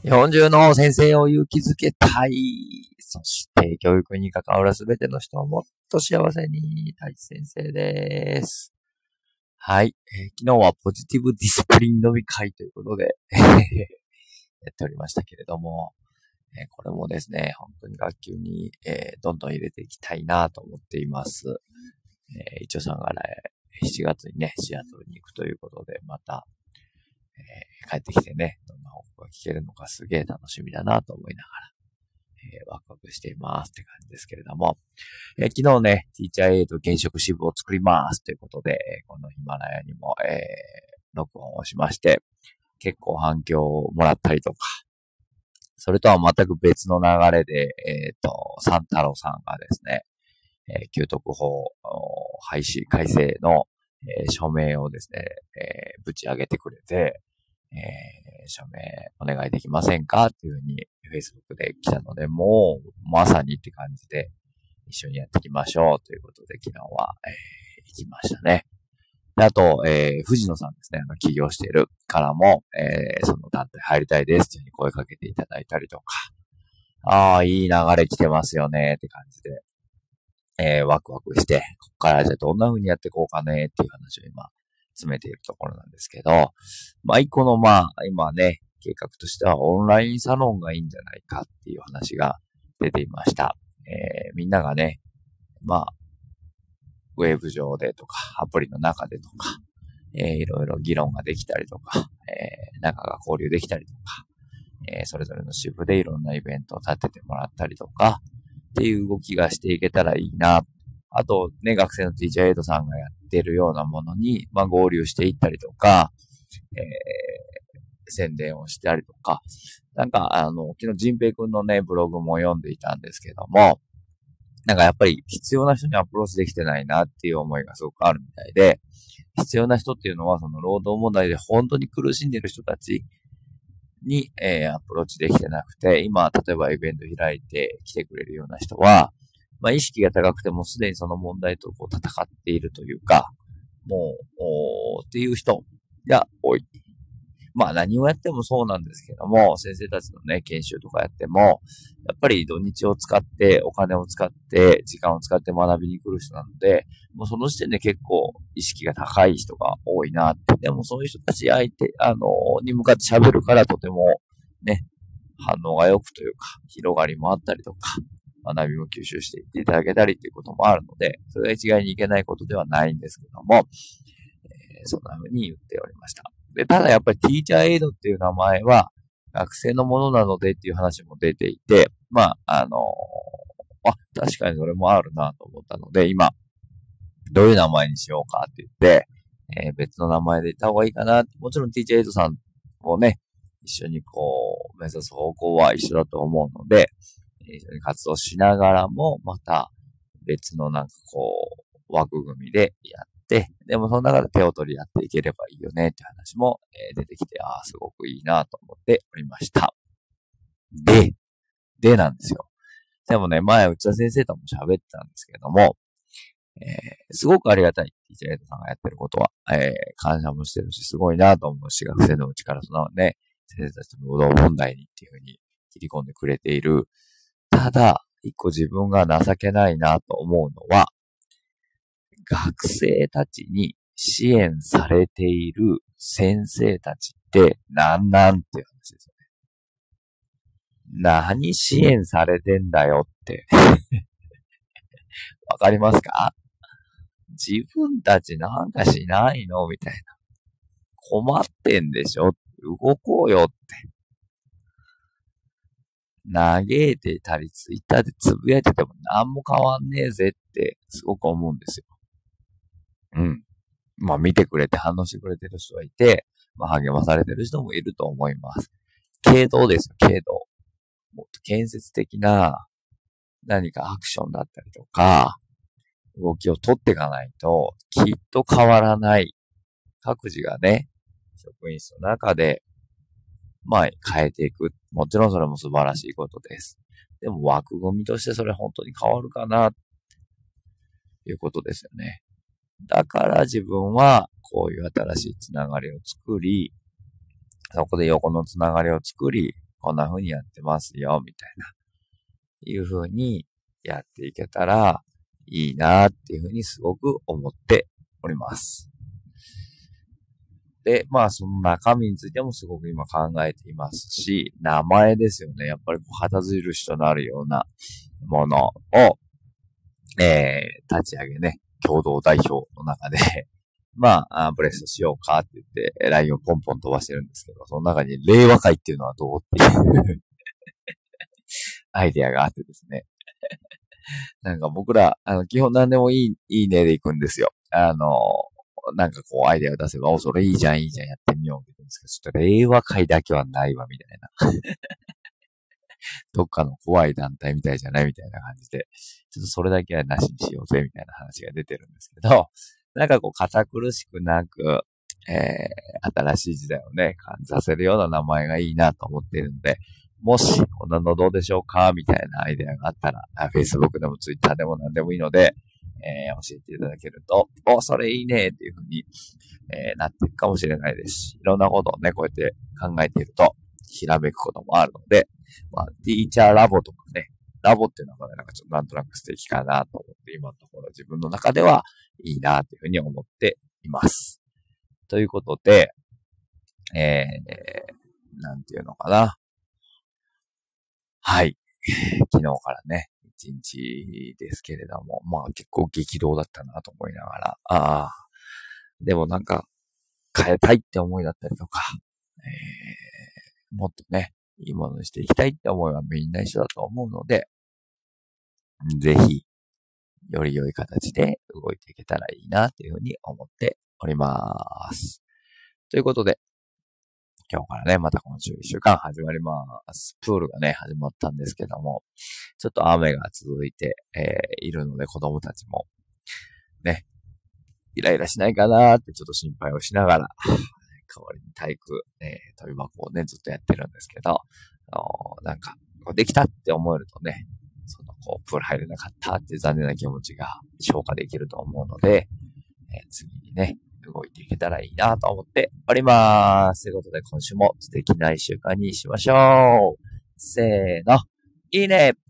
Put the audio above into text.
日本中の先生を勇気づけたい。そして教育に関わるすべての人をもっと幸せに大地先生です。はい、昨日はポジティブディスプリン飲み会ということでやっておりましたけれども、これもですね、本当に学級に、どんどん入れていきたいなと思っています。一応さんが7月にね、シアトルに行くということで、また、帰ってきてね、どんな報告が聞けるのかすげえ楽しみだなと思いながら、ワクワクしていますって感じですけれども、昨日ね、ティーチャーエイド現職支部を作りますということで、このヒマラヤにも、録音をしまして、結構反響をもらったりとか、それとは全く別の流れで、三太郎さんがですね、給特法廃止改正の、署名をですね、ぶち上げてくれて、署名お願いできませんかっていうふうに Facebook で来たので、もうまさにって感じで一緒にやっていきましょうということで昨日は、行きましたね。であと、藤野さんですね、起業しているからも、その団体入りたいですというふうに声かけていただいたりとか、いい流れ来てますよねって感じで、ワクワクして、ここからじゃあどんな風にやっていこうかねっていう話を今、詰めているところなんですけど、一個の今ね、計画としてはオンラインサロンがいいんじゃないかっていう話が出ていました。みんながね、ウェブ上でとか、アプリの中でとか、いろいろ議論ができたりとか、仲が交流できたりとか、それぞれの支部でいろんなイベントを立ててもらったりとか、っていう動きがしていけたらいいな。あとね、学生のティーチャーエイドさんがやってるようなものに、合流していったりとか、宣伝をしたりとか、昨日ジンペイ君のね、ブログも読んでいたんですけども、やっぱり必要な人にアプローチできてないなっていう思いがすごくあるみたいで、必要な人っていうのはその労働問題で本当に苦しんでいる人たちに、アプローチできてなくて、今、例えばイベント開いて来てくれるような人は、意識が高くてもすでにその問題と戦っているというか、もう、っていう人が多い。何をやってもそうなんですけども、先生たちのね、研修とかやっても、やっぱり土日を使って、お金を使って、時間を使って学びに来る人なので、もうその時点で結構意識が高い人が多いなって。でもそういう人たちに向かって喋るからとても、ね、反応が良くというか、広がりもあったりとか、学びも吸収していっていただけたりっていうこともあるので、それが一概にいけないことではないんですけども、そんな風に言っておりました。で、ただやっぱりティーチャーエイドっていう名前は学生のものなのでっていう話も出ていて、確かにそれもあるなと思ったので、今、どういう名前にしようかって言って、別の名前でいた方がいいかな。もちろんティーチャーエイドさんをね、一緒に目指す方向は一緒だと思うので、一緒に活動しながらも、また別の枠組みでやって、でもその中で手を取り合っていければいいよねって話も出てきて、すごくいいなと思っておりました。でなんですよ。でもね、前内田先生とも喋ってたんですけども、すごくありがたい。ティーチャーエイドさんがやってることは、感謝もしてるし、すごいなと思うし、学生のうちからそのね、先生たちの労働問題にっていうふうに切り込んでくれている。ただ、一個自分が情けないなと思うのは、学生たちに支援されている先生たちってなんっていう話ですよね。何支援されてんだよって。わかりますか？自分たちなんかしないのみたいな。困ってんでしょ？動こうよって。嘆いてたりツイッターでつぶやいてても何も変わんねえぜってすごく思うんですよ。見てくれて反応してくれてる人がいて、励まされてる人もいると思います。けどですよ、もっと建設的な何かアクションだったりとか、動きを取っていかないと、きっと変わらない。各自がね、職員室の中で、変えていく。もちろんそれも素晴らしいことです。でも枠組みとしてそれ本当に変わるかな、ということですよね。だから自分はこういう新しいつながりを作り、そこで横のつながりを作り、 こんな風にやってますよ、みたいな、いう風にやっていけたらいいなっていう風にすごく思っております。で、その中身についてもすごく今考えていますし、名前ですよね。やっぱり旗印となるようなものを、立ち上げね、共同代表の中でブレストしようかって言って、LINE をポンポン飛ばしてるんですけど、その中に令和会っていうのはどうっていうアイデアがあってですね。なんか僕ら、基本何でもいいねで行くんですよ。アイデアを出せば、それいいじゃん、やってみようって言うんですけど、ちょっと令和会だけはないわ、みたいな。どっかの怖い団体みたいじゃないみたいな感じで、ちょっとそれだけはなしにしようぜ、みたいな話が出てるんですけど、堅苦しくなく、新しい時代をね、感じさせるような名前がいいなと思っているので、もし、こんなのどうでしょうかみたいなアイデアがあったら、Facebook でも Twitter でも何でもいいので、教えていただけると、それいいねっていう風に、なっていくかもしれないですし、いろんなことをね、こうやって考えていると、ひらめくこともあるので、ティーチャーラボとかね、ラボっていうのはちょっとなんとなく素敵かなと思って、今のところ自分の中ではいいなというふうに思っています。ということで、なんていうのかな。はい。昨日からね、一日ですけれども、結構激動だったなと思いながら、でも変えたいって思いだったりとか、もっとね、いいものにしていきたいって思いはみんな一緒だと思うので、ぜひ、より良い形で動いていけたらいいなというふうに思っております。ということで、今日からね、また今週1週間始まります。プールがね、始まったんですけども、ちょっと雨が続いて、いるので子供たちも、ね、イライラしないかなーってちょっと心配をしながら、代わりに体育、飛び箱をね、ずっとやってるんですけど、できたって思えるとね、プール入れなかったっていう残念な気持ちが消化できると思うので、次にね、動いていけたらいいなと思っております。ということで今週も素敵な一週間にしましょう。せーの。いいね